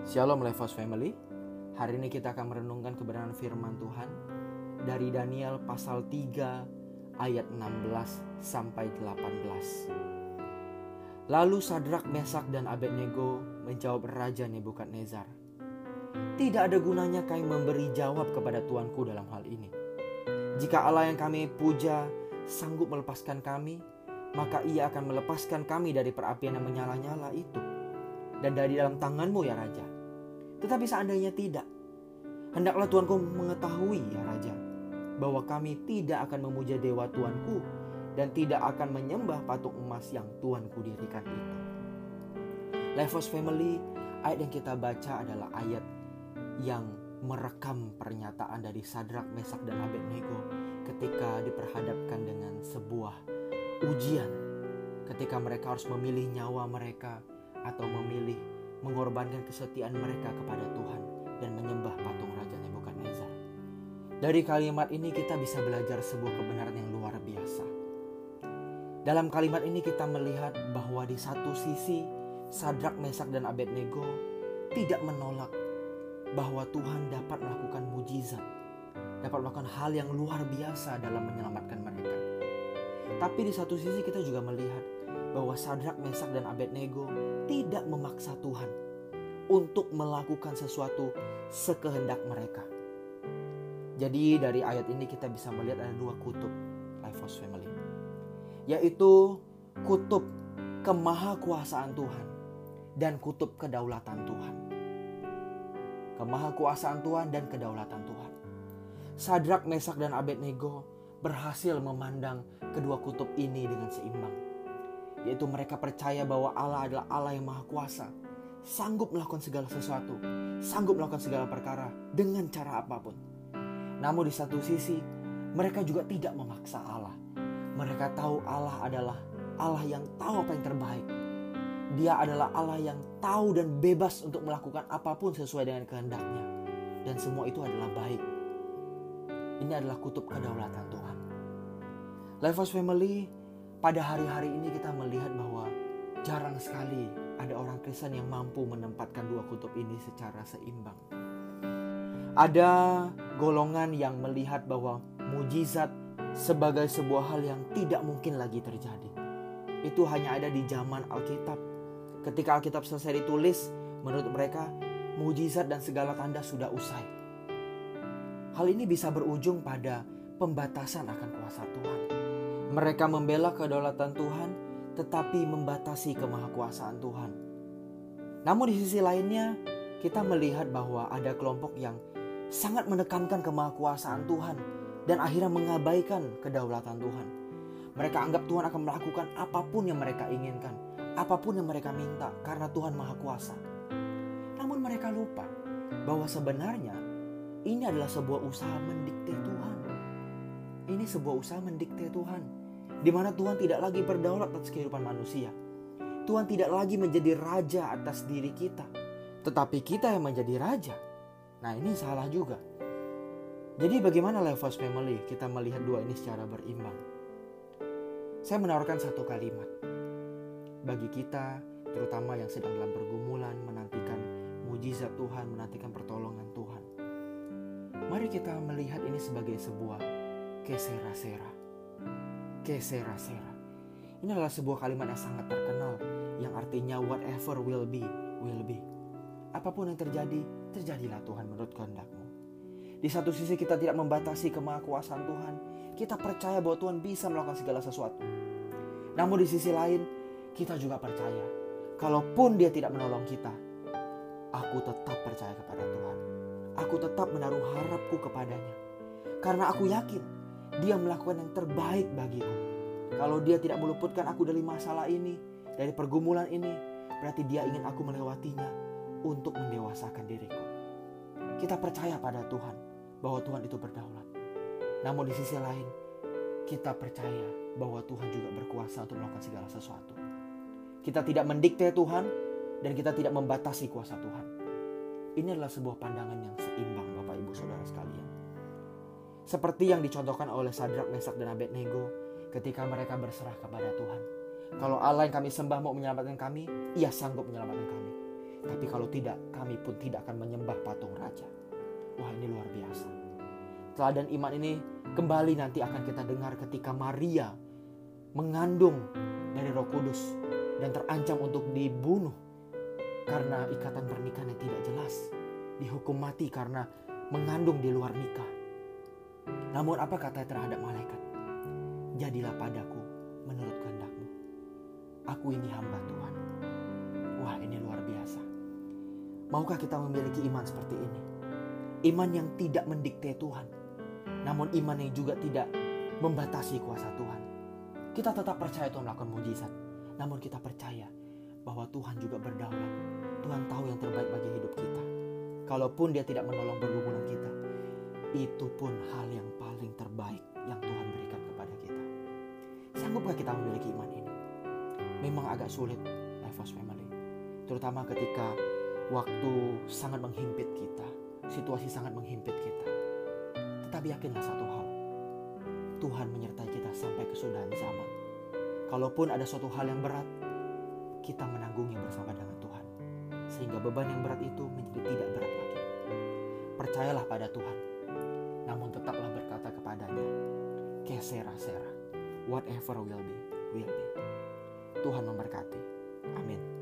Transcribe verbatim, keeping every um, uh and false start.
Shalom Lifehouse Family. Hari ini kita akan merenungkan kebenaran firman Tuhan dari Daniel pasal tiga ayat enam belas sampai delapan belas. Lalu Sadrak, Mesak dan Abednego menjawab Raja Nebukadnezar, "Tidak ada gunanya kami memberi jawab kepada Tuanku dalam hal ini. Jika Allah yang kami puja sanggup melepaskan kami, maka ia akan melepaskan kami dari perapian yang menyala-nyala itu dan dari dalam tanganmu ya Raja. Tetapi seandainya tidak, hendaklah Tuanku mengetahui ya Raja, bahwa kami tidak akan memuja dewa Tuanku dan tidak akan menyembah patung emas yang Tuanku dirikan itu." Lifehouse Family, ayat yang kita baca adalah ayat yang merekam pernyataan dari Sadrak, Mesak dan Abednego ketika diperhadapkan dengan sebuah ujian, ketika mereka harus memilih nyawa mereka atau memilih mengorbankan kesetiaan mereka kepada Tuhan dan menyembah patung Raja Nebukadnezar. Dari kalimat ini kita bisa belajar sebuah kebenaran yang luar biasa. Dalam kalimat ini kita melihat bahwa di satu sisi Sadrak, Mesak dan Abednego tidak menolak bahwa Tuhan dapat melakukan mujizat, dapat melakukan hal yang luar biasa dalam menyelamatkan mereka. Tapi di satu sisi kita juga melihat bahwa Sadrak, Mesak dan Abednego tidak memaksa Tuhan untuk melakukan sesuatu sekehendak mereka. Jadi dari ayat ini kita bisa melihat ada dua kutub Lifehouse Family, yaitu kutub kemahakuasaan Tuhan dan kutub kedaulatan Tuhan. Kemahakuasaan Tuhan dan kedaulatan Tuhan. Sadrak, Mesak dan Abednego berhasil memandang kedua kutub ini dengan seimbang, yaitu mereka percaya bahwa Allah adalah Allah yang maha kuasa, sanggup melakukan segala sesuatu, sanggup melakukan segala perkara dengan cara apapun. Namun di satu sisi mereka juga tidak memaksa Allah. Mereka tahu Allah adalah Allah yang tahu apa yang terbaik. Dia adalah Allah yang tahu dan bebas untuk melakukan apapun sesuai dengan kehendaknya, dan semua itu adalah baik. Ini adalah kutub kedaulatan Tuhan. Lifehouse Family, pada hari-hari ini kita melihat bahwa jarang sekali ada orang Kristen yang mampu menempatkan dua kutub ini secara seimbang. Ada golongan yang melihat bahwa mujizat sebagai sebuah hal yang tidak mungkin lagi terjadi. Itu hanya ada di zaman Alkitab. Ketika Alkitab selesai ditulis, menurut mereka mujizat dan segala tanda sudah usai. Hal ini bisa berujung pada pembatasan akan kuasa Tuhan. Mereka membela kedaulatan Tuhan, tetapi membatasi kemahakuasaan Tuhan. Namun di sisi lainnya, kita melihat bahwa ada kelompok yang sangat menekankan kemahakuasaan Tuhan dan akhirnya mengabaikan kedaulatan Tuhan. Mereka anggap Tuhan akan melakukan apapun yang mereka inginkan, apapun yang mereka minta, karena Tuhan maha kuasa. Namun mereka lupa bahwa sebenarnya ini adalah sebuah usaha mendikte Tuhan. Ini sebuah usaha mendikte Tuhan, di mana Tuhan tidak lagi berdaulat atas kehidupan manusia. Tuhan tidak lagi menjadi raja atas diri kita, tetapi kita yang menjadi raja. Nah, ini salah juga. Jadi bagaimana Lifehouse Family kita melihat dua ini secara berimbang? Saya menawarkan satu kalimat bagi kita, terutama yang sedang dalam pergumulan, menantikan mujizat Tuhan, menantikan pertolongan Tuhan. Mari kita melihat ini sebagai sebuah kesera-sera. Kesera-sera. Ini adalah sebuah kalimat yang sangat terkenal, yang artinya whatever will be, will be. Apapun yang terjadi, terjadilah Tuhan menurut kehendak-Mu. Di satu sisi kita tidak membatasi kemahakuasaan Tuhan. Kita percaya bahwa Tuhan bisa melakukan segala sesuatu. Namun di sisi lain, kita juga percaya, kalaupun Dia tidak menolong kita, aku tetap percaya kepada Tuhan. Aku tetap menaruh harapku kepadanya. Karena aku yakin Dia melakukan yang terbaik bagiku. Kalau Dia tidak meluputkan aku dari masalah ini, dari pergumulan ini, berarti Dia ingin aku melewatinya untuk mendewasakan diriku. Kita percaya pada Tuhan bahwa Tuhan itu berdaulat. Namun di sisi lain, kita percaya bahwa Tuhan juga berkuasa untuk melakukan segala sesuatu. Kita tidak mendikte Tuhan dan kita tidak membatasi kuasa Tuhan. Ini adalah sebuah pandangan yang seimbang, Bapak Ibu Saudara sekalian. Seperti yang dicontohkan oleh Sadrak, Mesak dan Abednego ketika mereka berserah kepada Tuhan. Kalau Allah yang kami sembah mau menyelamatkan kami, Ia sanggup menyelamatkan kami. Tapi kalau tidak, kami pun tidak akan menyembah patung raja. Wah, ini luar biasa. Teladan iman ini kembali nanti akan kita dengar ketika Maria mengandung dari Roh Kudus dan terancam untuk dibunuh karena ikatan pernikahan yang tidak jelas. Dihukum mati karena mengandung di luar nikah. Namun apa katanya terhadap malaikat? Jadilah padaku menurut kehendak-Mu. Aku ini hamba Tuhan. Wah, ini luar biasa. Maukah kita memiliki iman seperti ini? Iman yang tidak mendikte Tuhan, namun iman yang juga tidak membatasi kuasa Tuhan. Kita tetap percaya Tuhan melakukan mujizat, namun kita percaya bahwa Tuhan juga berdaulat. Tuhan tahu yang terbaik bagi hidup kita. Kalaupun Dia tidak menolong pergumulan kita, itu pun hal yang paling terbaik yang Tuhan berikan kepada kita. Sanggupkah kita memiliki iman ini? Memang agak sulit, Lifehouse Family. Terutama ketika waktu sangat menghimpit kita, situasi sangat menghimpit kita. Tetapi yakinlah satu hal, Tuhan menyertai kita sampai kesudahan zaman. Kalaupun ada suatu hal yang berat, kita menanggungnya bersama dengan Tuhan, sehingga beban yang berat itu menjadi tidak berat lagi. Percayalah pada Tuhan, namun tetaplah berkata kepadanya, que sera sera, whatever will be, will be. Tuhan memberkati. Amin.